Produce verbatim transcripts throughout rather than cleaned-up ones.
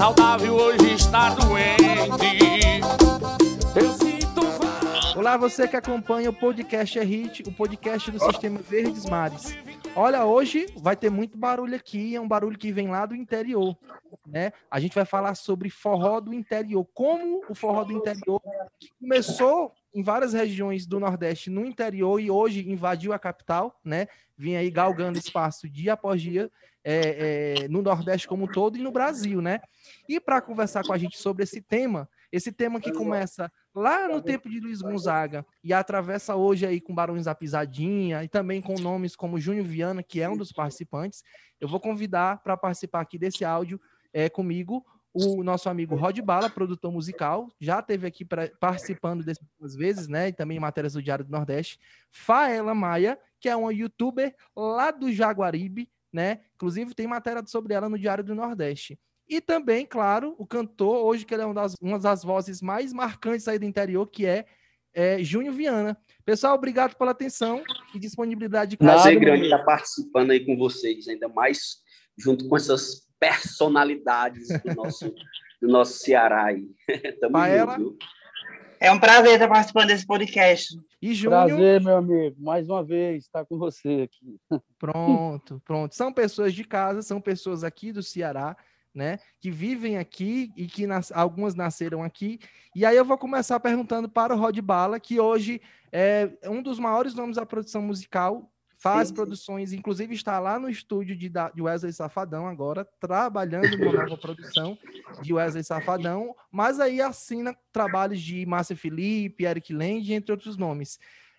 saudável hoje está doente. Eu sinto falta. Olá, você que acompanha o podcast É Hit, o podcast do Sistema Verdes Mares. Olha, hoje vai ter muito barulho aqui, é um barulho que vem lá do interior, né? A gente vai falar sobre forró do interior, como o forró do interior começou em várias regiões do Nordeste no interior e hoje invadiu a capital, né? Vinha aí galgando espaço dia após dia é, é, no Nordeste como um todo e no Brasil, né? E para conversar com a gente sobre esse tema, esse tema que começa lá no tempo de Luiz Gonzaga e atravessa hoje aí com Barões da Pisadinha e também com nomes como Júnior Viana, que é um dos participantes, eu vou convidar para participar aqui desse áudio é, comigo o nosso amigo Rod Bala, produtor musical, já esteve aqui pra, participando dessas vezes, né, e também em matérias do Diário do Nordeste. Faela Maia, que é uma youtuber lá do Jaguaribe, né, inclusive tem matéria sobre ela no Diário do Nordeste. E também, claro, o cantor, hoje que ele é uma das, uma das vozes mais marcantes aí do interior, que é, é Júnior Viana. Pessoal, obrigado pela atenção e disponibilidade de cada Prazer grande estar participando aí com vocês, ainda mais junto com essas personalidades do nosso, do nosso Ceará aí. Tamo Faela. junto, viu? É um prazer estar participando desse podcast. E Júnior. Prazer, meu amigo, mais uma vez estar com você aqui. Pronto, pronto. São pessoas de casa, são pessoas aqui do Ceará, né, que vivem aqui e que nas... algumas nasceram aqui. E aí eu vou começar perguntando para o Rod Bala, que hoje é um dos maiores nomes da produção musical, faz sim, produções, sim. Inclusive está lá no estúdio de, de Wesley Safadão agora, trabalhando numa nova produção de Wesley Safadão, mas aí assina trabalhos de Márcia Felipe, Eric Land, entre outros nomes.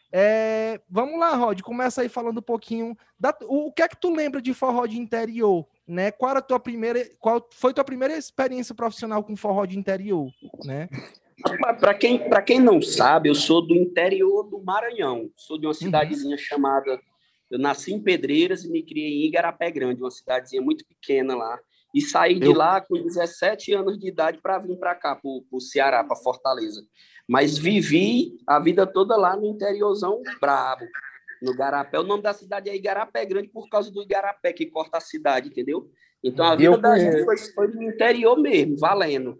É, vamos lá, Rod, começa aí falando um pouquinho da, o, o que é que tu lembra de forró de interior, né? Qual era a tua primeira, qual foi a tua primeira experiência profissional com forró de interior, né? Para quem, para quem não sabe, eu sou do interior do Maranhão, sou de uma cidadezinha uhum. chamada, eu nasci em Pedreiras e me criei em Igarapé Grande, uma cidadezinha muito pequena lá, e saí de eu... lá com dezessete anos de idade para vir para cá, para o Ceará, para Fortaleza. Mas vivi a vida toda lá no interiorzão brabo, no Igarapé. O nome da cidade é Igarapé Grande por causa do Igarapé, que corta a cidade, entendeu? Então a vida eu da gente foi, foi no interior mesmo, valendo.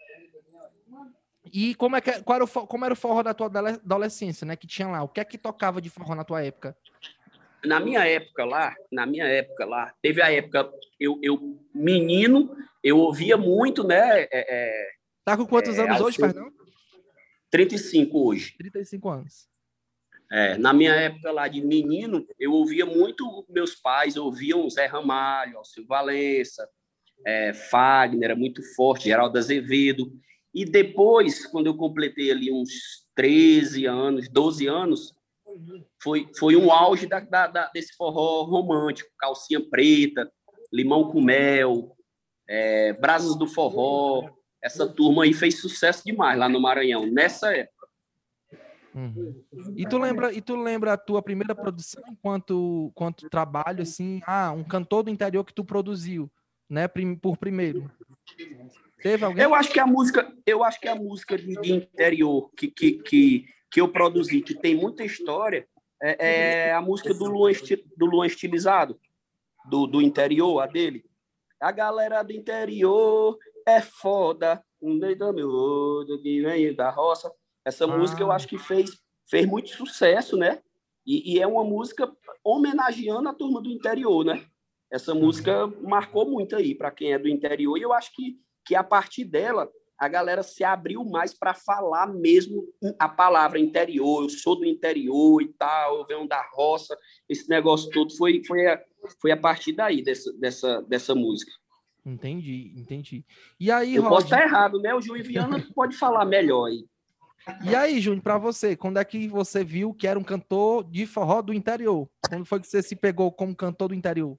E como, é que, qual era o, como era o forró da tua adolescência, né? Que tinha lá? O que é que tocava de forró na tua época? Na minha época lá, na minha época lá, teve a época, eu, eu menino, eu ouvia muito, né? É, é, tá com quantos é, anos hoje, perdão? trinta e cinco hoje. trinta e cinco anos. É, na minha época lá de menino, eu ouvia muito, meus pais ouviam Zé Ramalho, Alceu Valença, é, Fagner, era muito forte, Geraldo Azevedo. E depois, quando eu completei ali uns treze anos, doze anos, foi, foi um auge da, da, da, desse forró romântico, Calcinha Preta, Limão com Mel, é, Brasas do Forró. Essa turma aí fez sucesso demais lá no Maranhão, nessa época. Uhum. E tu lembra, e tu lembra a tua primeira produção enquanto, enquanto trabalho, assim, ah, um cantor do interior que tu produziu, né, por primeiro? Teve alguém? Eu acho que a música, eu acho que a música de interior que, que, que, que eu produzi, que tem muita história, é, é a música do Luan, do Luan Estilizado, do, do interior, a dele. A galera do interior é foda, um deita meu outro que vem da roça. Essa ah. música eu acho que fez, fez muito sucesso, né? E, e é uma música homenageando a turma do interior, né? Essa música marcou muito aí para quem é do interior, e eu acho que, que a partir dela a galera se abriu mais para falar mesmo a palavra interior. Eu sou do interior e tal, eu venho da roça. Esse negócio todo foi, foi, a, foi a partir daí, dessa, dessa, dessa música. Entendi, entendi. E aí, eu Rod... posso estar errado, né? O Júnior Viana pode falar melhor aí. E aí, Júnior, para você, quando é que você viu que era um cantor de forró do interior? Quando foi que você se pegou como cantor do interior?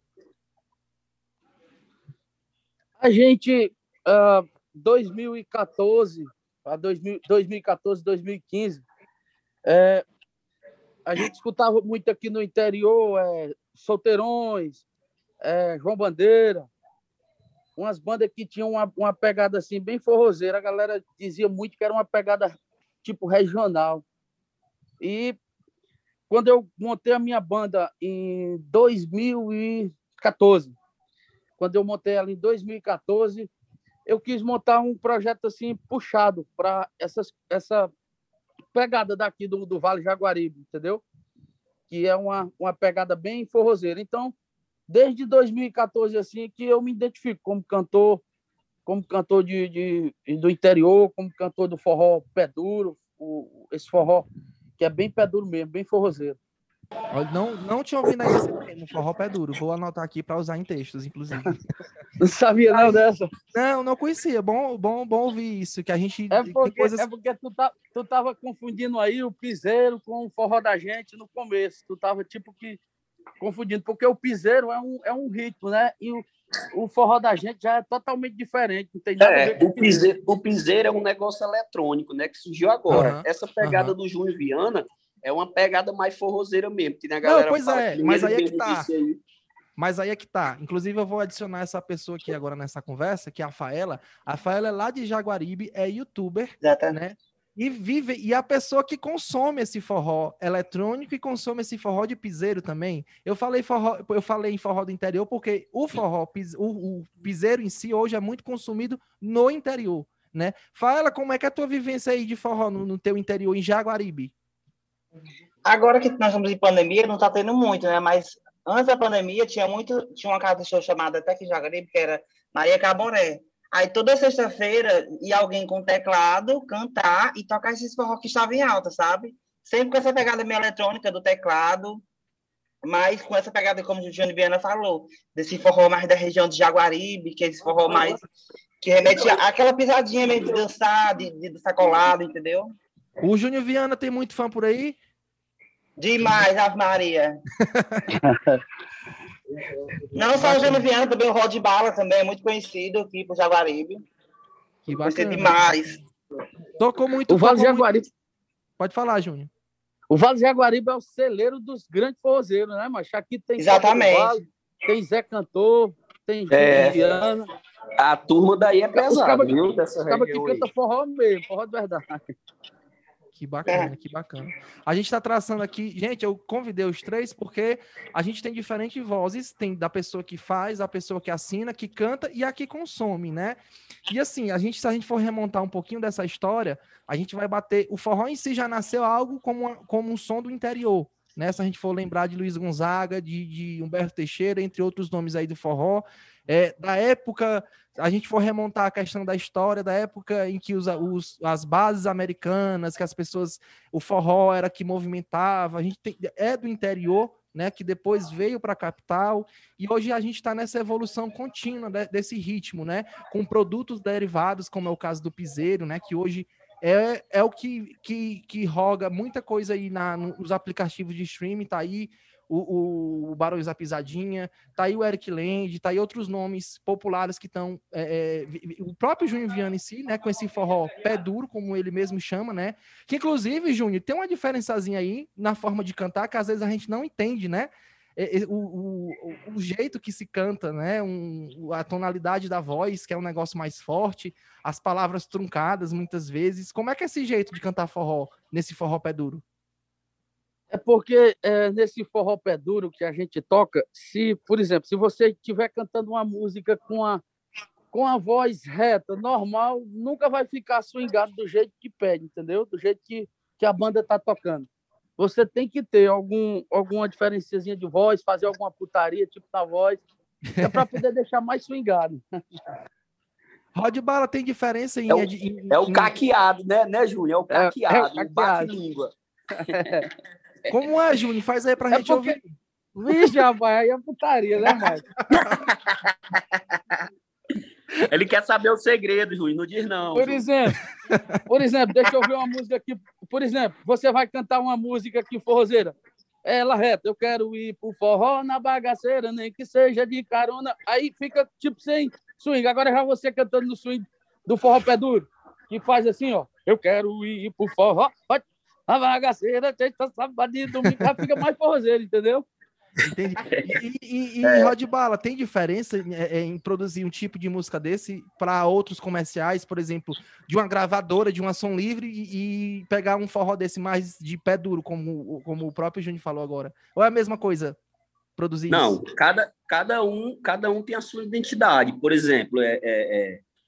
A gente, uh, dois mil e quatorze, dois mil, dois mil e quatorze, dois mil e quinze, é, a gente escutava muito aqui no interior, é, Solteirões, é, João Bandeira, umas bandas que tinham uma, uma pegada assim bem forrozeira. A galera dizia muito que era uma pegada tipo regional. E quando eu montei a minha banda em dois mil e quatorze, quando eu montei ela em dois mil e quatorze, eu quis montar um projeto assim puxado para essa pegada daqui do, do Vale Jaguaribe, entendeu? Que é uma, uma pegada bem forrozeira. Então, desde dois mil e quatorze, assim, que eu me identifico como cantor, como cantor de, de, do interior, como cantor do forró pé duro, o, esse forró que é bem pé duro mesmo, bem forrozeiro. Olha, não, não tinha ouvido ainda esse termo, forró pé duro. Vou anotar aqui para usar em textos, inclusive. Não sabia não dessa? Não, não conhecia. Bom, bom, bom ouvir isso, que a gente É tem porque, coisas... é porque tu, tá, tu tava confundindo aí o piseiro com o forró da gente no começo. Tu tava tipo que confundindo, porque o piseiro é um, é um ritmo, né? E o, o forró da gente já é totalmente diferente, não tem nada É, a ver com o piseiro, o piseiro é um negócio eletrônico, né, que surgiu agora. Aham, Essa pegada aham. do Júnior Viana é uma pegada mais forrozeira mesmo, que a Não, galera pois fala é, que nem mas ele aí é que mesmo tá. disse aí. Mas aí é que tá. Inclusive, eu vou adicionar essa pessoa aqui agora nessa conversa, que é a Faela. A Faela é lá de Jaguaribe, é youtuber, Exatamente. né? E vive, e a pessoa que consome esse forró eletrônico e consome esse forró de piseiro também. Eu falei forró, eu falei em forró do interior porque o forró, pis- o, o piseiro em si hoje é muito consumido no interior, né? Fala como é que é a tua vivência aí de forró no, no teu interior em Jaguaribe. Agora que nós estamos em pandemia, não está tendo muito, né? Mas antes da pandemia tinha muito, tinha uma casa de show chamada até que em Jaguaribe, que era Maria Caboré. Aí toda sexta-feira ia alguém com teclado cantar e tocar esses forró que estavam em alta, sabe? Sempre com essa pegada meio eletrônica do teclado, mas com essa pegada, como o Júnior Viana falou, desse forró mais da região de Jaguaribe, que é esse forró mais que remete àquela pisadinha mesmo de dançar, de, de dançar colado, entendeu? O Júnior Viana tem muito fã por aí? Demais, Ave Maria. Não só o Júnior Viana, também o Rod Bala também é muito conhecido aqui por Jaguaribe. Que Conhecido bacana. demais. Tocou muito, o Vale tocou Jaguaribe. muito. Pode falar, Júnior. O Vale Jaguaribe é o celeiro dos grandes forrozeiros, né, mas aqui tem Exatamente. Vale, tem Zé Cantor, tem Júnior É. Viana. A turma daí é Os pesada, cabas viu, dessa que região aí. cantam forró mesmo, forró de verdade. Que bacana, que bacana. A gente está traçando aqui, gente, eu convidei os três porque a gente tem diferentes vozes, tem da pessoa que faz, a pessoa que assina, que canta e a que consome, né? E assim, a gente, se a gente for remontar um pouquinho dessa história, a gente vai bater, o forró em si já nasceu algo como, uma, como um som do interior, né? Se a gente for lembrar de Luiz Gonzaga, de, de Humberto Teixeira, entre outros nomes aí do forró, é, da época, a gente for remontar a questão da história, da época em que os, os, as bases americanas, que as pessoas, o forró era que movimentava, a gente tem, é do interior, né, que depois veio para a capital, e hoje a gente está nessa evolução contínua de, desse ritmo, né, com produtos derivados, como é o caso do piseiro, né, que hoje é, é o que, que, que roga muita coisa aí na, nos aplicativos de streaming, tá aí o, o, o Barões da Pisadinha, tá aí o Eric Land, tá aí outros nomes populares que estão, é, é, o próprio Júnior Viana em si, né, com esse forró pé duro, como ele mesmo chama, né, que inclusive, Júnior, tem uma diferençazinha aí na forma de cantar que às vezes a gente não entende, né, é, é, o, o, o jeito que se canta, né, um, a tonalidade da voz, que é um negócio mais forte, as palavras truncadas muitas vezes, como é que é esse jeito de cantar forró, nesse forró pé duro? É porque é, nesse forró pé duro que a gente toca, se, por exemplo, se você estiver cantando uma música com a, com a voz reta, normal, nunca vai ficar swingado do jeito que pede, entendeu? Do jeito que, que a banda está tocando. Você tem que ter algum, alguma diferenciazinha de voz, fazer alguma putaria, tipo na voz, é para poder deixar mais swingado. Rod Bala tem diferença em... É o, em, é o em... caqueado, né, né, Júnior? É o caqueado, é, é o o caqueado. bate-língua. Como é, Júnior? Faz aí pra É gente porque... ouvir. Vixe, rapaz, aí é putaria, né, Mike? Ele quer saber o segredo, Júnior, não diz não. Por Júnior. exemplo, por exemplo, deixa eu ver uma música aqui. Por exemplo, você vai cantar uma música aqui, forrozeira. Ela reta, eu quero ir pro forró na bagaceira, nem que seja de carona. Aí fica tipo sem swing. Agora já você cantando no swing do forró pé duro, que faz assim, ó. Eu quero ir pro forró na bagaceira, sexta, sábado e domingo. Já fica mais forrozeiro, entendeu? Entendi. E, e, e é. Rod Bala, tem diferença em, em produzir um tipo de música desse para outros comerciais, por exemplo, de uma gravadora, de uma som livre e, e pegar um forró desse mais de pé duro, como, como o próprio Júnior falou agora? Ou é a mesma coisa produzir Não, isso? Não, cada, cada, um, cada um tem a sua identidade. Por exemplo, é, é, é,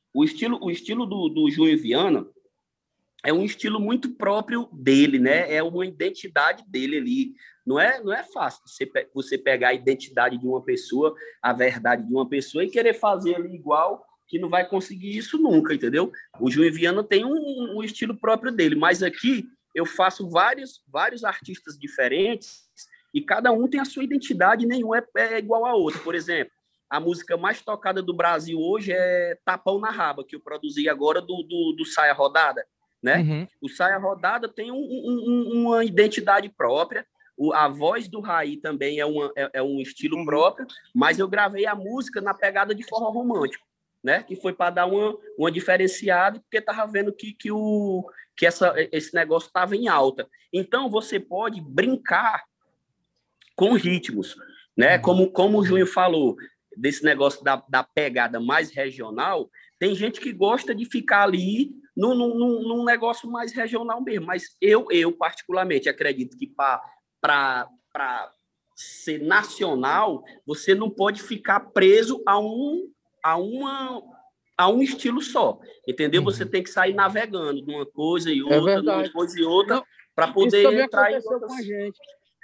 o estilo, o estilo do, do Júnior Viana é um estilo muito próprio dele, né? É uma identidade dele ali. Não é, não é fácil você, você pegar a identidade de uma pessoa, a verdade de uma pessoa e querer fazer ali igual, que não vai conseguir isso nunca, entendeu? O Júnior Viana tem um, um estilo próprio dele, mas aqui eu faço vários, vários artistas diferentes e cada um tem a sua identidade, nenhum é, é igual a outro. Por exemplo, a música mais tocada do Brasil hoje é Tapão na Raba, que eu produzi agora do, do, do Saia Rodada, né? Uhum. O Saia Rodada tem um, um, uma identidade própria, o, a voz do Raí também é, uma, é, é um estilo Uhum. próprio, mas eu gravei a música na pegada de forró romântico, né? Que foi para dar uma, uma diferenciada, porque estava vendo que, que, o, que essa, esse negócio estava em alta. Então, você pode brincar com ritmos, né? Como, como o Júnior falou, desse negócio da, da pegada mais regional, tem gente que gosta de ficar ali num, num, num negócio mais regional mesmo, mas eu, eu particularmente, acredito que para ser nacional, você não pode ficar preso a um, a uma, a um estilo só, entendeu? Uhum. Você tem que sair navegando de uma coisa e É outra, de verdade. uma coisa e outra, para Isso poder também entrar em aconteceu outras... com a gente.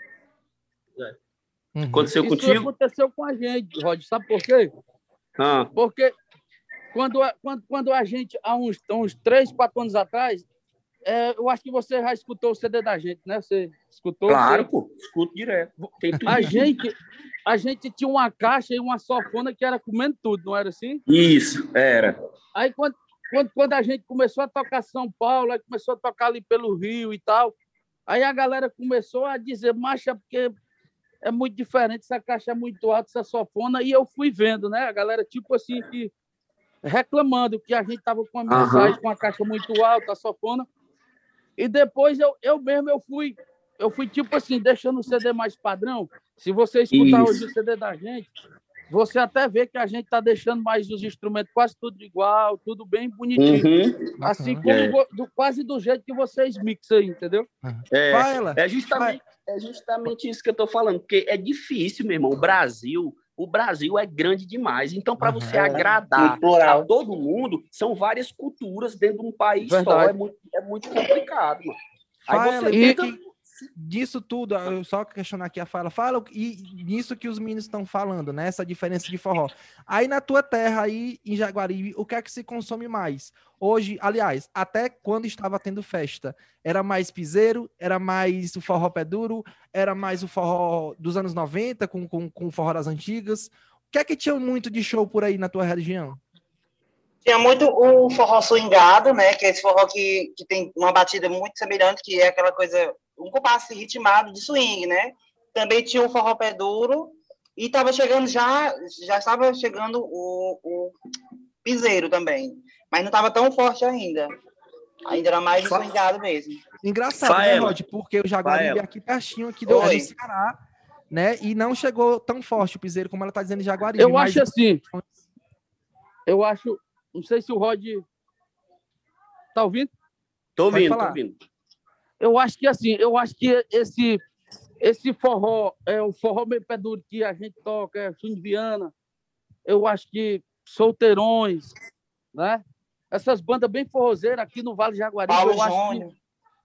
Uhum. Aconteceu Isso contigo? aconteceu com a gente, Rod. Sabe por quê? Ah, Porque quando, a- quando, quando a gente, há uns, uns três, quatro anos atrás, é, eu acho que você já escutou o C D da gente, né? Você escutou? claro, Você- pô, escuto direto. Tem tudo. A gente, a gente tinha uma caixa e uma sofona que era comendo tudo, não era assim? Isso, era. Aí, quando, quando, quando a gente começou a tocar São Paulo, aí começou a tocar ali pelo Rio e tal, aí a galera começou a dizer, macha, porque é muito diferente, essa caixa é muito alta, essa sofona, e eu fui vendo, né? A galera, tipo assim, que reclamando que a gente estava com a mixagem, Aham. com a caixa muito alta, a sofona, e depois eu, eu mesmo, eu fui, eu fui, tipo assim, deixando o C D mais padrão. Se você escutar Isso. hoje o C D da gente, você até vê que a gente está deixando mais os instrumentos quase tudo igual, tudo bem bonitinho. Uhum. Assim Bacana. como É. vo- do, quase do jeito que vocês mixam aí, entendeu? É, Faela. é, justamente, é justamente isso que eu estou falando, porque é difícil, meu irmão. O Brasil, o Brasil é grande demais. Então, para Aham. você É, agradar muito plural. a todo mundo, são várias culturas dentro de um país só. Verdade. É muito, é muito complicado, mano. Aí Faela, você e- tenta... disso tudo, eu só questionar aqui a fala, fala e nisso que os meninos estão falando, né? Essa diferença de forró. Aí na tua terra, aí em Jaguaribe, o que é que se consome mais? Hoje, aliás, até quando estava tendo festa, era mais piseiro, era mais o forró pé duro, era mais o forró dos anos noventa, com, com, com o forró das antigas. O que é que tinha muito de show por aí na tua região? Tinha muito o forró swingado, né? Que é esse forró que, que tem uma batida muito semelhante, que é aquela coisa, um compasso ritmado de swing, né? Também tinha o forró pé duro e estava chegando já, já estava chegando o, o piseiro também, mas não estava tão forte ainda. Ainda era mais o Fa- swingado mesmo. Engraçado, né, Faela. Rod? Porque o Jaguaribe Faela. é aqui pertinho, aqui do, é Oi. no Ceará, né? E não chegou tão forte o piseiro como ela tá dizendo em Jaguaribe. Eu mas acho assim, eu acho, não sei se o Rod tá ouvindo? Tô Pode ouvindo, tô falar. ouvindo. Eu acho que assim, eu acho que esse esse forró, é o forró meio pé duro que a gente toca, é Júnior Viana, eu acho que Solteirões, né? Essas bandas bem forrozeiras aqui no Vale de Jaguaribe, Paulo eu acho que Júnior.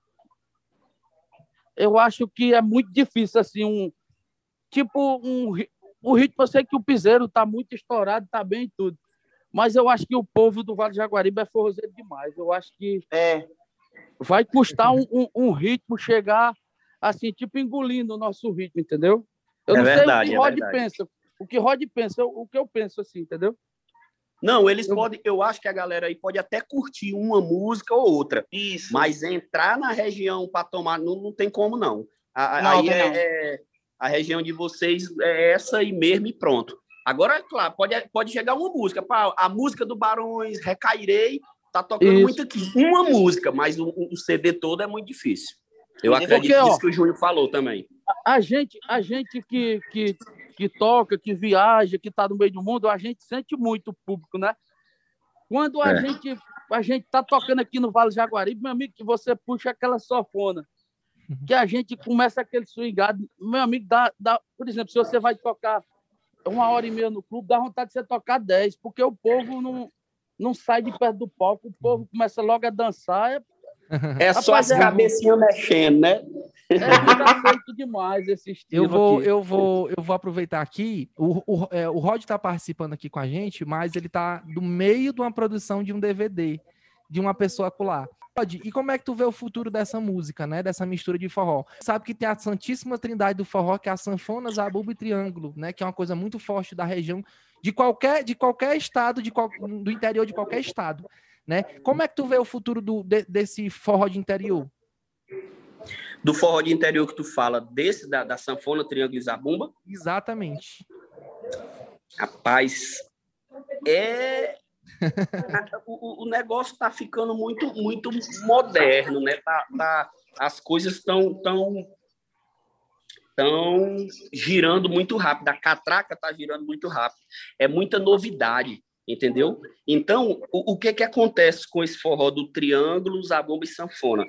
eu acho que é muito difícil assim um tipo um ri- o ritmo, eu sei que o piseiro tá muito estourado, tá bem e tudo. Mas eu acho que o povo do Vale de Jaguaribe é forrozeiro demais. Eu acho que É, vai custar um, um, um ritmo chegar assim, tipo, engolindo o nosso ritmo, entendeu? Eu É não verdade, sei é o que Rod verdade. pensa. O que Rod pensa, o que eu penso assim, entendeu? Não, eles Eu- podem... Eu acho que a galera aí pode até curtir uma música ou outra, isso. mas entrar na região para tomar, não, não tem como, não. A- Não, aí tem é, não. é- a região de vocês é essa aí mesmo e pronto. Agora, é claro, pode, pode chegar uma música. Pá, a música do Barões, Recairei, tá tocando Isso. muito aqui. Uma música, mas o, o C D todo é muito difícil. Eu Muito acredito difícil. nisso que o Júnior falou também. A gente, a gente que, que, que toca, que viaja, que está no meio do mundo, a gente sente muito o público, né? Quando a É. gente a gente tá tocando aqui no Vale do Jaguaribe, meu amigo, que você puxa aquela sofona, que a gente começa aquele swingado, meu amigo, dá, dá, por exemplo, se você vai tocar uma hora e meia no clube, dá vontade de você tocar dez, porque o povo não, não sai de perto do palco, o povo começa logo a dançar. É, É só Rapaz, as é- cabecinhas mexendo, né? é muito aceito demais esse estilo Eu vou, aqui. eu vou, eu vou aproveitar aqui. O, o, é, o Rod está participando aqui com a gente, mas ele está no meio de uma produção de um D V D de uma pessoa acolá. Rod, e como é que tu vê o futuro dessa música, né? Dessa mistura de forró? Sabe que tem a Santíssima Trindade do forró, que é a sanfona, zabumba e triângulo, né? Que é uma coisa muito forte da região, de qualquer, de qualquer estado, de qual, do interior de qualquer estado, né? Como é que tu vê o futuro do, de- desse forró de interior? Do forró de interior que tu fala, desse da, da sanfona, triângulo e zabumba, Exatamente. rapaz, é o, o negócio tá ficando muito muito moderno, né? Tá, tá, as coisas estão tão, tão girando muito rápido, a catraca tá girando muito rápido. É muita novidade, entendeu? Então, o, o que que acontece com esse forró do triângulo, zabumba e sanfona?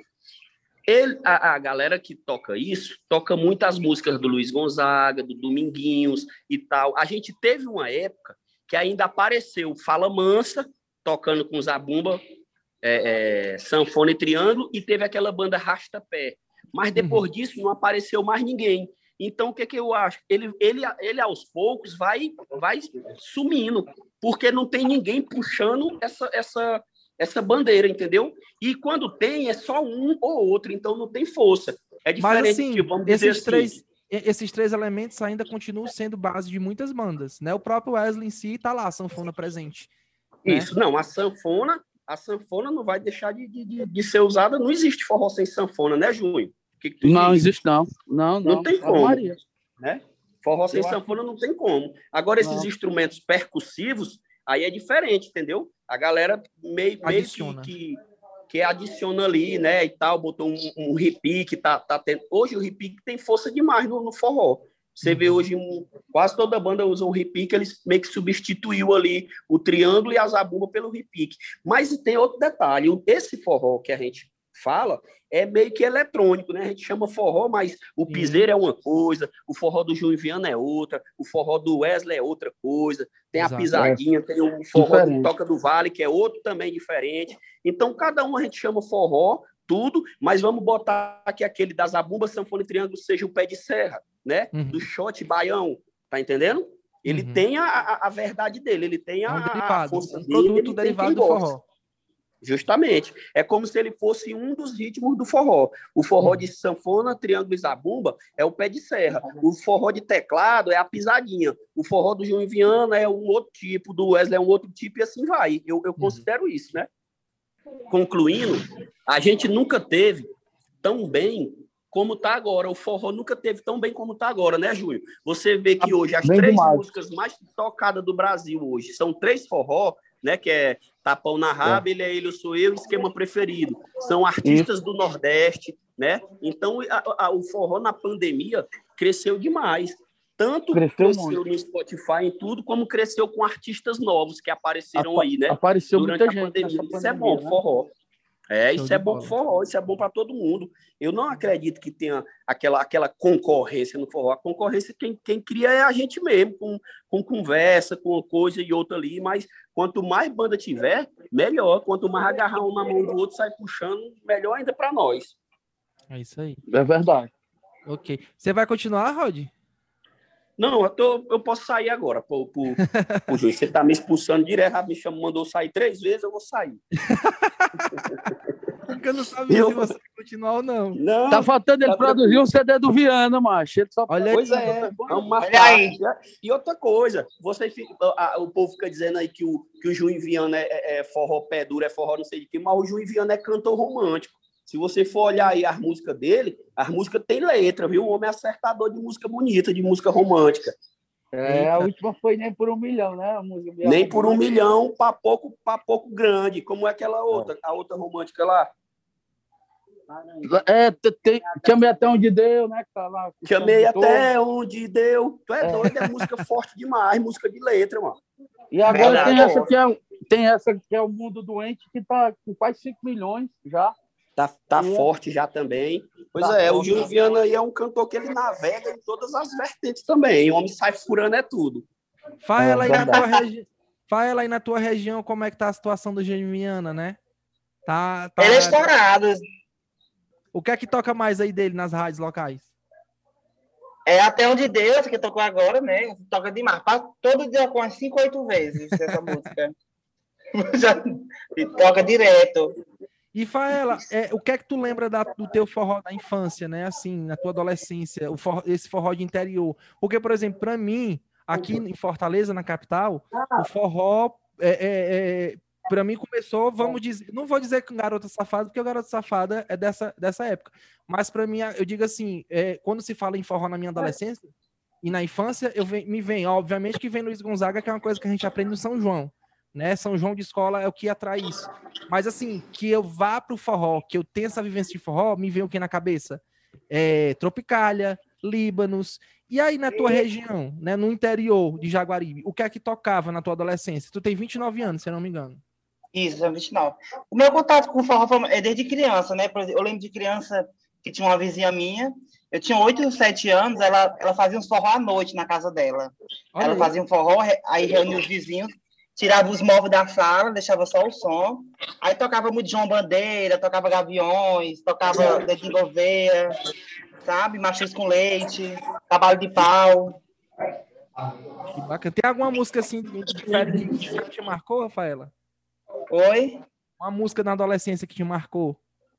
Ele, a, a galera que toca isso, toca muito as músicas do Luiz Gonzaga, do Dominguinhos e tal. A gente teve uma época que ainda apareceu Fala Mansa, tocando com zabumba, é, é, sanfona e triângulo, e teve aquela banda Rastapé. Mas depois Uhum. disso não apareceu mais ninguém. Então, o que, que eu acho? Ele, ele, ele aos poucos, vai, vai sumindo, porque não tem ninguém puxando essa, essa, essa bandeira, entendeu? E quando tem, é só um ou outro, então não tem força. É Mas diferente, assim, tipo, vamos dizer esses assim, três, e- esses três elementos ainda continuam sendo base de muitas bandas, né? O próprio Wesley em si tá lá, a sanfona presente, né? isso, não, a sanfona, a sanfona não vai deixar de, de, de ser usada, não existe forró sem sanfona, né, Júnior? O que, que tu Não diz? existe, não. Não, não. Não tem Ave como, Maria. né? Forró sem Eu acho sanfona não tem como. Agora, esses Não. instrumentos percussivos, aí é diferente, entendeu? A galera meio, meio que, Adiciona. que, que adiciona ali, né, e tal, botou um, um repique, tá, tá tendo... Hoje o repique tem força demais no, no forró. Você vê hoje, um, quase toda banda usa um repique, eles meio que substituiu ali o triângulo e a zabumba pelo repique. Mas tem outro detalhe, esse forró que a gente fala é meio que eletrônico, né? A gente chama forró, mas o Sim. piseiro é uma coisa, o forró do Júnior Viana é outra, o forró do Wesley é outra coisa, tem a Exato. pisadinha, tem o forró Diferente. do Toca do Vale, que é outro também diferente. Então, cada um a gente chama forró, tudo, mas vamos botar que aquele da zabumba, sanfona e triângulo seja o pé de serra, né? Uhum. Do shot baião, tá entendendo? Ele Uhum. tem a, a, a verdade dele, ele tem É a, um a derivado, força um dele, produto ele tem derivado quem do gosta. forró. Justamente. É como se ele fosse um dos ritmos do forró. O forró Uhum. de sanfona, triângulo e zabumba é o pé de serra. O forró de teclado é a pisadinha. O forró do João Viana é um outro tipo, do Wesley é um outro tipo, e assim vai. Eu, eu considero isso, né? Concluindo, a gente nunca teve tão bem como está agora. O forró nunca teve tão bem como está agora, né, Júlio? Você vê que hoje as Bem três demais. músicas mais tocadas do Brasil hoje são três forró, né, que é Tapão na Raba, Ele é Ele, Eu Sou Eu, Esquema Preferido. São artistas do Nordeste, né? Então, a, a, o forró na pandemia cresceu demais. Tanto Cresceu cresceu, muito. no Spotify e tudo, como cresceu com artistas novos que apareceram Apa- aí, né? Apareceu Durante muita a gente pandemia. nessa Isso é pandemia, bom, né? forró. É, Show isso de é bom bola. pro forró, isso é bom para todo mundo. Eu não acredito que tenha aquela, aquela concorrência no forró. A concorrência, quem, quem cria é a gente mesmo, com, com conversa, com uma coisa e outra ali. Mas quanto mais banda tiver, melhor. Quanto mais agarrar um na mão do outro, sai puxando, melhor ainda para nós. É isso aí. É verdade. Ok. Você vai continuar, Rod? Não, eu, tô, eu posso sair agora, pô, pô, pô, Júlio. Você tá me expulsando direto, a bicha me mandou sair três vezes, eu vou sair. Porque eu não sabia Eu- se você vai continuar ou não. Não, Tá faltando ele tá produzir um C D do Viana, macho. Ele só Olha aí. Pois é, vamos Olha marcar. aí. E outra coisa, você fica, a- o povo fica dizendo aí que o, que o Juim Viana é, é- é forró pé duro, é forró não sei de quê, mas o Juim Viana é cantor romântico. Se você for olhar aí as músicas dele, as músicas têm letra, viu? O homem é acertador de música bonita, de música romântica. É, a Eita. última foi Nem por um Milhão, né? A música Nem por um milhão, para pouco, para pouco grande, como é aquela outra, a outra romântica lá. É, te- tem, te amei até onde deu, né? Que tá lá, Te amei cantor. até onde deu. Tu é É. doido, é música forte demais, música de letra, mano. E agora Verdade. tem essa, que é, tem essa que é o Mundo Doente, que tá com quase cinco milhões já. Tá, tá É. forte já também. Pois Tá é, o forte. Júlio Viana aí é um cantor que ele navega em todas as vertentes também. O homem sai furando é tudo. Fala É ela aí na verdade. tua região. Fala aí na tua região como é que tá a situação do Geniviana, né? Tá, tá... Ele é estourado. O que é que toca mais aí dele nas rádios locais? É Até Onde Deus, que tocou agora, né? Toca demais. Passa todo dia com umas cinco, oito vezes essa música. Já, e toca direto. E Faela, é, o que é que tu lembra da, do teu forró da infância, né? Assim, na tua adolescência, o forró, esse forró de interior. Porque, por exemplo, para mim, aqui em Fortaleza, na capital, o forró, é, é, é, para mim, começou, vamos dizer, não vou dizer com Garota Safada, porque o Garota Safada é dessa, dessa época. Mas para mim, eu digo assim, é, quando se fala em forró na minha adolescência e na infância, eu vem, me vem, obviamente, que vem Luiz Gonzaga, que é uma coisa que a gente aprende no São João. Né? São João de escola é o que atrai isso. Mas assim, que eu vá pro forró, que eu tenha essa vivência de forró, me vem o que na cabeça? É, Tropicália, Líbanos. E aí na tua região, né, no interior de Jaguaribe, o que é que tocava na tua adolescência? Tu tem vinte e nove anos, se eu não me engano. Isso, são vinte e nove. O meu contato com o forró é desde criança, né? Por exemplo, eu lembro de criança que tinha uma vizinha minha, eu tinha oito, sete anos, ela, ela fazia uns forró à noite na casa dela. Olha ela aí. Fazia um forró, aí reunia os vizinhos, tirava os móveis da sala, deixava só o som. Aí tocava muito João Bandeira, tocava Gaviões, tocava Dedinho Gouveia, sabe? Machis com Leite, Cavalo de Pau. Que bacana. Tem alguma música assim diferente que te marcou, Rafaela? Oi? Uma música na adolescência que te marcou?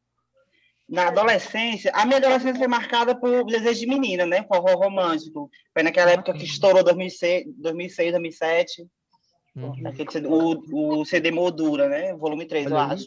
Na adolescência, a minha adolescência foi marcada por Desejo de Menina, né? Forró romântico. Foi naquela época que estourou dois mil e seis, dois mil e sete. Uhum. O, o C D Moldura, né? Volume três, olha eu aí.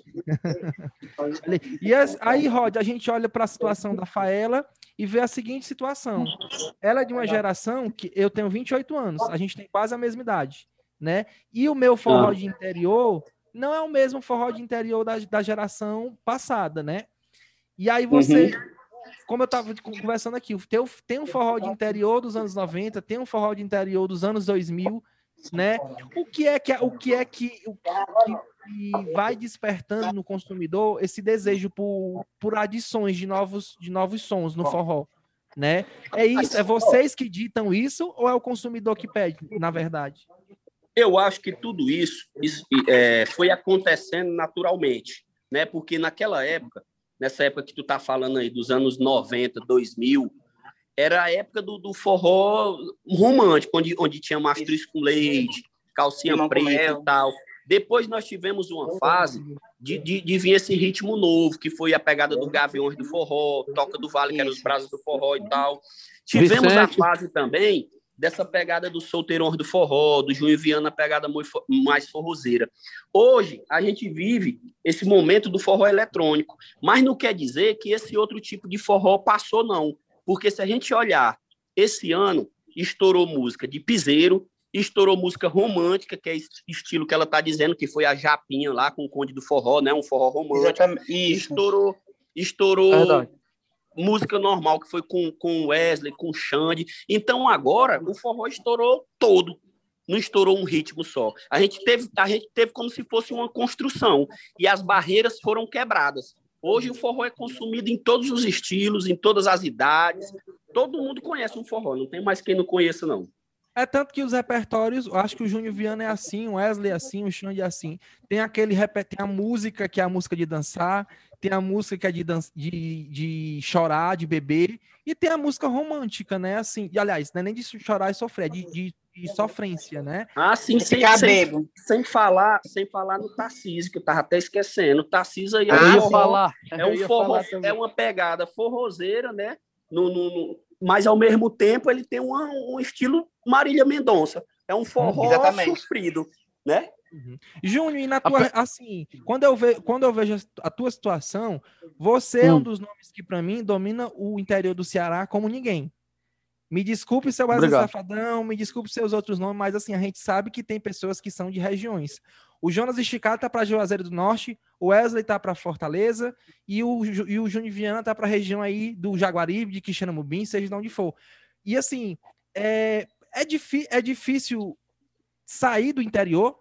Acho. E as, aí, Rod, a gente olha para a situação da Faela e vê a seguinte situação. Ela é de uma geração que eu tenho vinte e oito anos, a gente tem quase a mesma idade, né? E o meu forró de interior não é o mesmo forró de interior da, da geração passada, né? E aí você, uhum. como eu estava conversando aqui, tem, tem um forró de interior dos anos noventa, tem um forró de interior dos anos dois mil, né? O que é que o que é que, o que, que vai despertando no consumidor esse desejo por, por adições de novos de novos sons no forró, né? É isso, é vocês que ditam isso ou é o consumidor que pede, na verdade? Eu acho que tudo isso, isso é, foi acontecendo naturalmente, né? Porque naquela época, nessa época que tu tá falando aí dos anos noventa, dois mil, era a época do, do forró romântico, onde, onde tinha mastruz com leite, calcinha preta e tal. Depois nós tivemos uma fase de, de, de vir esse ritmo novo, que foi a pegada do Gaviões do Forró, Toca do Vale, que era os Braços do Forró e tal. Tivemos Vicente. A fase também dessa pegada dos Solteirões do Forró, do Júnior Viana, pegada mais forrozeira. Hoje, a gente vive esse momento do forró eletrônico, mas não quer dizer que esse outro tipo de forró passou, não. Porque se a gente olhar, esse ano estourou música de piseiro, estourou música romântica, que é esse estilo que ela está dizendo, que foi a Japinha lá com o Conde do Forró, né? Um forró romântico. Estourou, estourou Verdade. Música normal, que foi com, com Wesley, com Xande. Então, agora, o forró estourou todo. Não estourou um ritmo só. A gente teve, a gente teve como se fosse uma construção. E as barreiras foram quebradas. Hoje o forró é consumido em todos os estilos, em todas as idades. Todo mundo conhece um forró, não tem mais quem não conheça, não. É tanto que os repertórios, eu acho que o Júnior Viana é assim, o Wesley é assim, o Xande é assim. Tem aquele tem a música que é a música de dançar, tem a música que é de, dan de, de chorar, de beber, e tem a música romântica, né? Assim, e, aliás, não é nem de chorar e sofrer, é de, de, de sofrência, né? Ah, sim, sem, sem, sem, falar, sem falar no Tarcísio, que eu tava até esquecendo. O Tarcísio aí é um forró, falar. É, um forró, é uma pegada forrozeira, né? No, no, no, mas, ao mesmo tempo, ele tem uma, um estilo Marília Mendonça. É um forró Exatamente. Sofrido, né? Uhum. Júnior, e na tua, assim, quando eu, ve, quando eu vejo a tua situação, você hum. é um dos nomes que, para mim, domina o interior do Ceará como ninguém. Me desculpe seu Wesley Safadão, me desculpe seus outros nomes, mas assim, a gente sabe que tem pessoas que são de regiões. O Jonas Esticado tá para Juazeiro do Norte, o Wesley tá para Fortaleza e o, e o Júnior Viana tá para a região aí do Jaguaribe, de Quixeramobim, seja de onde for. E assim, é, é, é difícil sair do interior?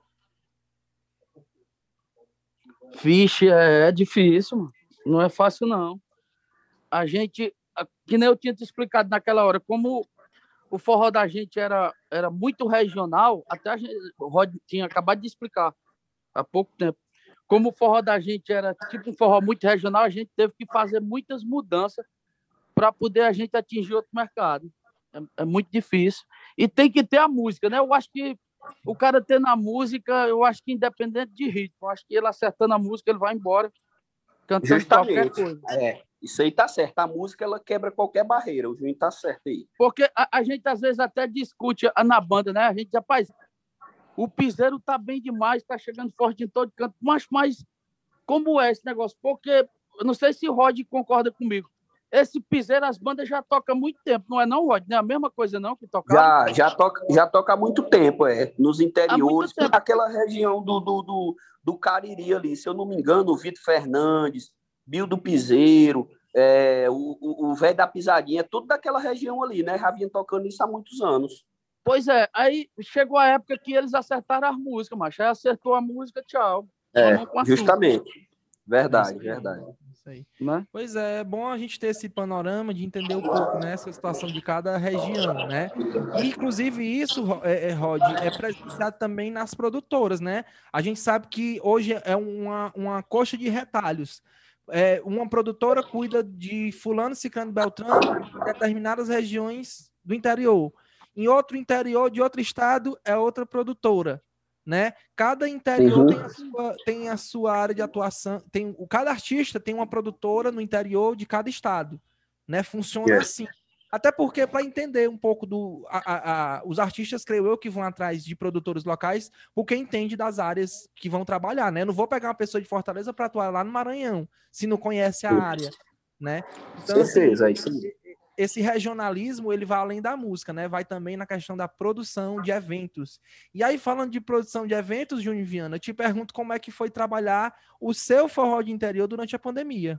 Vixe, é, é difícil, mano. Não é fácil, não. A gente, que nem eu tinha te explicado naquela hora, como o forró da gente era, era muito regional, até a gente, o Rod tinha acabado de explicar há pouco tempo. Como o forró da gente era tipo um forró muito regional, a gente teve que fazer muitas mudanças para poder a gente atingir outro mercado. É, é muito difícil. E tem que ter a música, né? Eu acho que o cara tendo a música, eu acho que independente de ritmo, eu acho que ele acertando a música, ele vai embora cantando qualquer Justamente. coisa. É, isso aí tá certo. A música, ela quebra qualquer barreira. O Juninho tá certo aí. Porque a, a gente, às vezes, até discute na banda, né? A gente, rapaz, o piseiro tá bem demais, tá chegando forte em todo canto. Mas, mas como é esse negócio? Porque, eu não sei se o Rod concorda comigo. Esse piseiro, as bandas já tocam há muito tempo, não é não, Rod? Não é a mesma coisa não que tocaram? Já, já, toca, já toca há muito tempo, é. Nos interiores, tempo. aquela região do, do, do, do Cariri ali, se eu não me engano, o Vitor Fernandes, Bill do Piseiro, é, o velho da Pisadinha, tudo daquela região ali, né? Já vinha tocando isso há muitos anos. Pois é, aí chegou a época que eles acertaram as músicas, macho. Aí acertou a música, tchau. É, justamente. Verdade, isso aí, verdade. Isso aí. Né? Pois é, é bom a gente ter esse panorama de entender um pouco, né, essa situação de cada região, né? E, inclusive, isso, é, é, Rod, é presenciado também nas produtoras, né? A gente sabe que hoje é uma, uma coxa de retalhos. É, uma produtora cuida de fulano, ciclano, beltrano, em determinadas regiões do interior. Em outro interior de outro estado é outra produtora, né? Cada interior Uhum. tem, a sua, tem a sua área de atuação, tem, cada artista tem uma produtora no interior de cada estado, né? Funciona Yes. assim. Até porque, para entender um pouco do... A, a, a, os artistas, creio eu, que vão atrás de produtores locais, porque entende das áreas que vão trabalhar, né? Eu não vou pegar uma pessoa de Fortaleza para atuar lá no Maranhão, se não conhece a área, né? Então, Certeza, assim, é isso aí. esse regionalismo, ele vai além da música, né? Vai também na questão da produção de eventos. E aí, falando de produção de eventos, Júnior Viana, eu te pergunto como é que foi trabalhar o seu forró de interior durante a pandemia.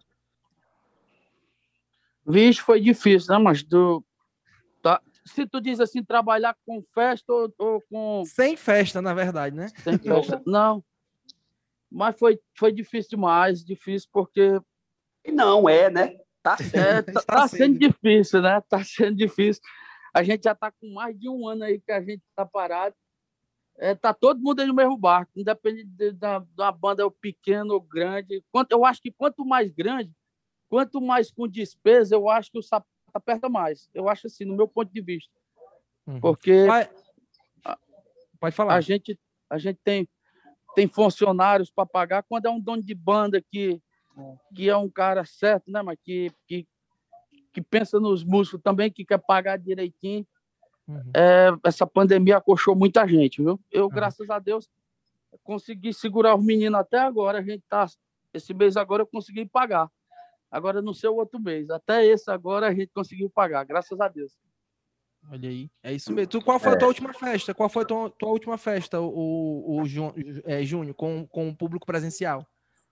Vixe, foi difícil, né, mas do, tá, se tu diz assim, trabalhar com festa ou, ou com... Sem festa, na verdade, né? Sem festa, não. Mas foi, foi difícil demais, difícil porque... Não é, né? Tá sendo. É, tá, tá sendo difícil, né? Tá sendo difícil. A gente já tá com mais de um ano aí que a gente tá parado. É, tá todo mundo aí no mesmo barco, independente de, da, da banda é pequeno ou grande. Quanto, eu acho que quanto mais grande, quanto mais com despesa, eu acho que o sapato aperta mais. Eu acho assim, no meu ponto de vista. Uhum. Porque Vai... Pode falar. A gente, a gente tem, tem funcionários para pagar. Quando é um dono de banda que, que é um cara certo, né, mas que, que, que pensa nos músicos também, que quer pagar direitinho, uhum. é, essa pandemia acochou muita gente, viu? Eu, uhum. graças a Deus, consegui segurar os meninos até agora. A gente tá, esse mês agora eu consegui pagar. Agora no seu outro mês. Até esse agora a gente conseguiu pagar, graças a Deus. Olha aí, é isso mesmo. Tu, qual foi a tua é. última festa? Qual foi a tua, tua última festa, o, o, o Jú, é, Júnior, com, com o público presencial?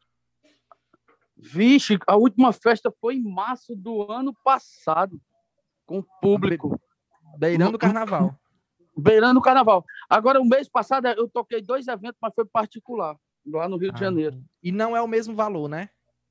Vixe, a última festa foi em março do ano passado, com o público. Beirando o carnaval. Beirando o carnaval. Agora, o mês passado, eu toquei dois eventos, mas foi particular, lá no Rio ah, de Janeiro. E não é o mesmo valor, né?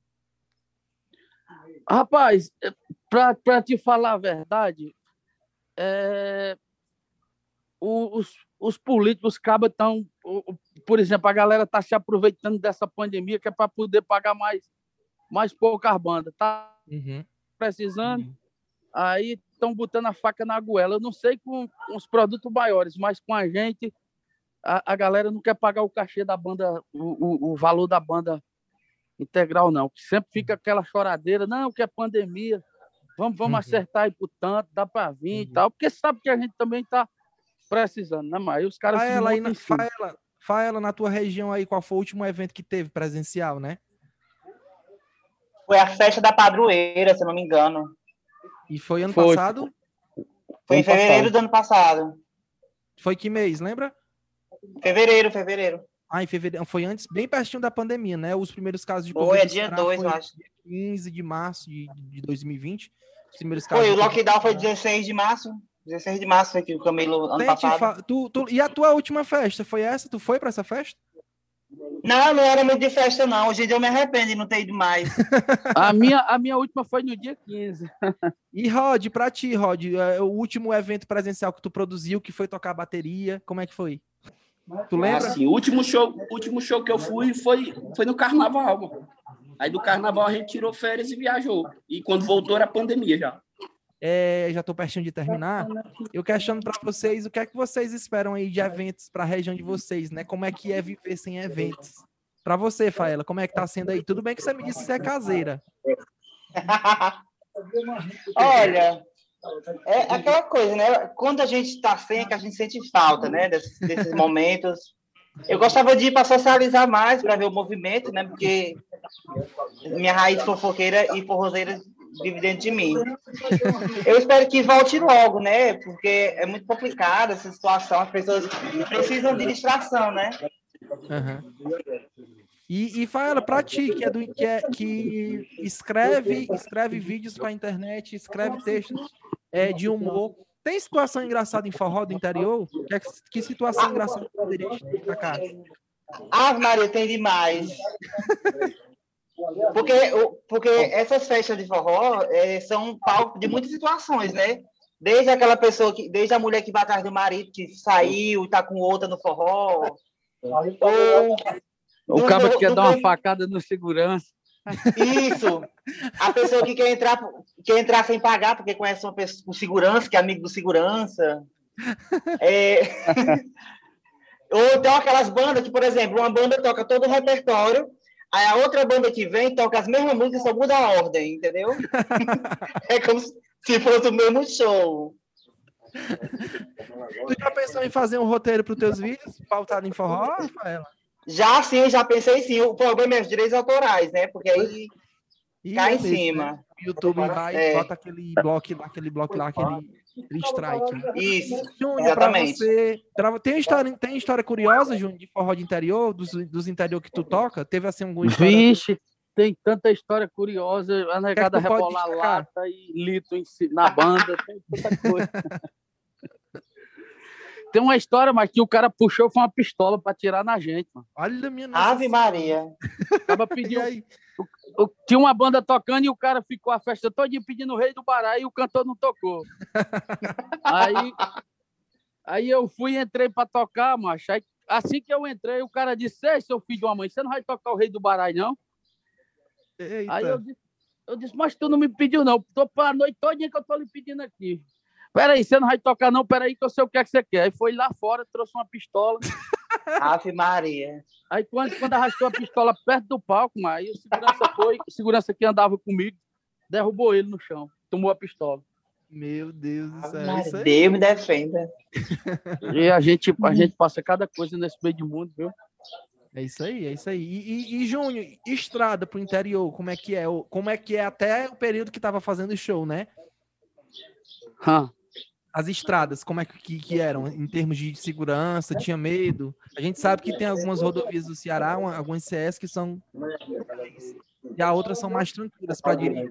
Rapaz, para te falar a verdade, é... os, os políticos cabas estão... Por exemplo, a galera está se aproveitando dessa pandemia que é para poder pagar mais, mais poucas bandas. Tá uhum. precisando, uhum. aí estão botando a faca na goela. Eu não sei com, com os produtos maiores, mas com a gente, a, a galera não quer pagar o cachê da banda, o, o, o valor da banda integral, não. Sempre fica aquela choradeira, não, que é pandemia, vamos, vamos uhum. acertar aí por tanto, dá para vir uhum. e tal, porque sabe que a gente também está precisando, né, mas aí os caras... Faela, aí na, Faela, Faela, na tua região aí, qual foi o último evento que teve presencial, né? Foi a festa da padroeira, se eu não me engano. E foi ano foi. passado? Foi em fevereiro do ano passado. Foi que mês, lembra? Fevereiro, fevereiro. Ah, em fevereiro. Foi antes, bem pertinho da pandemia, né? Os primeiros casos de Covid. Foi, é dia dois, eu acho. Dia quinze de março de, de dois mil e vinte. Os primeiros casos. Foi, o lockdown foi dezesseis de março. dezesseis de março aqui, o Camilo, ano Sente, passado. Tu, tu, e a tua última festa, foi essa? Tu foi para essa festa? Não, não era muito de festa, não. Hoje em dia eu me arrependo de não ter ido mais. A minha, a minha última foi no dia quinze. E Rod, pra ti, Rod, é, o último evento presencial que tu produziu, que foi tocar bateria, como é que foi? Tu lembra? Assim, o último show, o último show que eu fui foi, foi no carnaval, mano. Aí do carnaval a gente tirou férias e viajou. E quando voltou era pandemia já. É, já tô pertinho de terminar. Eu questiono para vocês, o que é que vocês esperam aí de eventos para a região de vocês, né? Como é que é viver sem eventos? Para você, Faela, como é que tá sendo aí? Tudo bem que você me disse que você é caseira. Olha, é aquela coisa, né? Quando a gente está sem, é que a gente sente falta, né? Desses, desses momentos. Eu gostava de ir para socializar mais, para ver o movimento, né? Porque minha raiz fofoqueira e forrozeira vive dentro de mim. Eu espero que volte logo, né? Porque é muito complicada essa situação, as pessoas precisam de distração, né? Uhum. E, e Faela, para ti, que, é do, que, é, que escreve, escreve vídeos para a internet, escreve textos é, de humor, tem situação engraçada em forró do interior? Que, que situação engraçada poderia destacar? Ah, Maria, tem demais. Porque, porque essas festas de forró é, são palco de muitas situações, né? Desde aquela pessoa que, desde a mulher que vai atrás do marido, que saiu e tá com outra no forró. Ou, o do, cara do, que quer do, dar uma do, facada no segurança. Isso. A pessoa que quer entrar, quer entrar sem pagar, porque conhece uma pessoa, o segurança, que é amigo do segurança. É... Ou então aquelas bandas que, por exemplo, uma banda toca todo o repertório, aí a outra banda que vem toca as mesmas músicas, só muda a ordem, entendeu? É como se fosse o mesmo show. Tu já pensou em fazer um roteiro para os teus vídeos, pautado em forró, Rafaela? Já sim, já pensei sim. O problema é os direitos autorais, né? Porque aí e cai é em mesmo, cima. Né? O YouTube vai e é. bota aquele bloco lá, aquele bloco lá, aquele, aquele strike. Né? Isso, Júnior, para você... Tem história, tem história curiosa, Júnior, de forró de interior, dos, dos interior que tu toca? Teve assim alguma história? Vixe, tem tanta história curiosa. A negada que é rebolar lata e litro em si, na banda, tem tanta coisa. Tem uma história, mas que o cara puxou foi uma pistola para atirar na gente, mano. Olha a minha nossa Ave Maria. Acaba pedindo. O, o, tinha uma banda tocando e o cara ficou a festa toda pedindo o Rei do Bará e o cantor não tocou. aí, aí eu fui e entrei para tocar, macho. Aí, assim que eu entrei, o cara disse: Ei, seu filho de uma mãe, você não vai tocar o Rei do Bará, não? Eita. Aí eu disse, eu disse, mas tu não me pediu, não. Tô para a noite todinha que eu tô lhe pedindo aqui. Peraí, você não vai tocar, não? Peraí, que eu sei o que é que você quer. Aí foi lá fora, trouxe uma pistola. Ave Maria. Aí quando, quando arrastou a pistola perto do palco, mas aí o segurança foi, o segurança que andava comigo, derrubou ele no chão, tomou a pistola. Meu Deus do céu. Mas Deus me defenda. E a gente, a gente passa cada coisa nesse meio de mundo, viu? É isso aí, é isso aí. E, e, e Júnior, estrada pro interior, como é que é? Como é que é até o período que tava fazendo show, né? Hum. As estradas, como é que, que eram em termos de segurança? Tinha medo? A gente sabe que tem algumas rodovias do Ceará, uma, algumas C S que são e a outras são mais tranquilas para dirigir.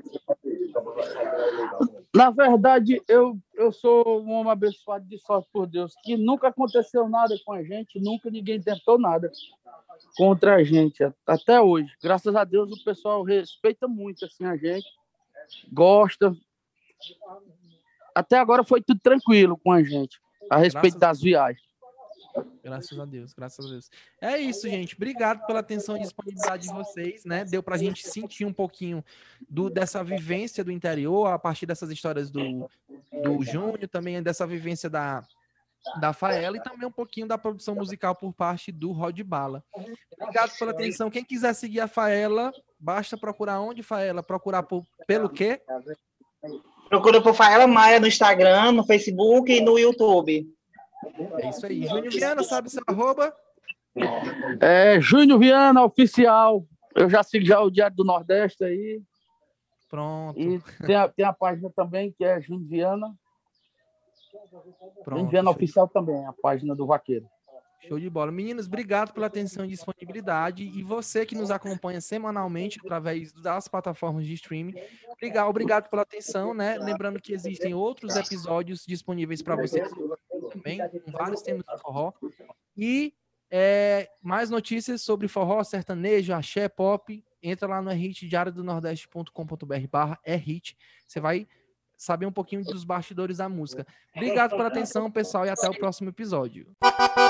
Na verdade, eu, eu sou um homem abençoado de sorte por Deus, que nunca aconteceu nada com a gente, nunca ninguém tentou nada contra a gente, até hoje. Graças a Deus, o pessoal respeita muito assim, a gente, gosta. Até agora foi tudo tranquilo com a gente, a respeito graças das viagens. Graças a Deus, graças a Deus. É isso, gente. Obrigado pela atenção e disponibilidade de vocês, né? Deu pra gente sentir um pouquinho do, dessa vivência do interior, a partir dessas histórias do, do Júnior, também dessa vivência da, da Faela e também um pouquinho da produção musical por parte do Rod Bala. Obrigado pela atenção. Quem quiser seguir a Faela, basta procurar onde, Faela? Procurar por, pelo quê? Procura por Faela Maia no Instagram, no Facebook e no YouTube. É isso aí. Júnior Viana, sabe seu arroba? É, Júnior Viana, oficial. Eu já sigo já o Diário do Nordeste aí. Pronto. E tem a, tem a página também, que é Júnior Viana. Pronto. Júnior Viana oficial também, a página do Vaqueiro. Show de bola. Meninos, obrigado pela atenção e disponibilidade. E você que nos acompanha semanalmente através das plataformas de streaming, obrigado, obrigado pela atenção, né? Lembrando que existem outros episódios disponíveis para vocês também, com vários temas do forró. E É, mais notícias sobre forró, sertanejo, axé, pop, entra lá no r hit diário do nordeste ponto com ponto b r barra rhit. Você vai saber um pouquinho dos bastidores da música. Obrigado pela atenção, pessoal, e até o próximo episódio.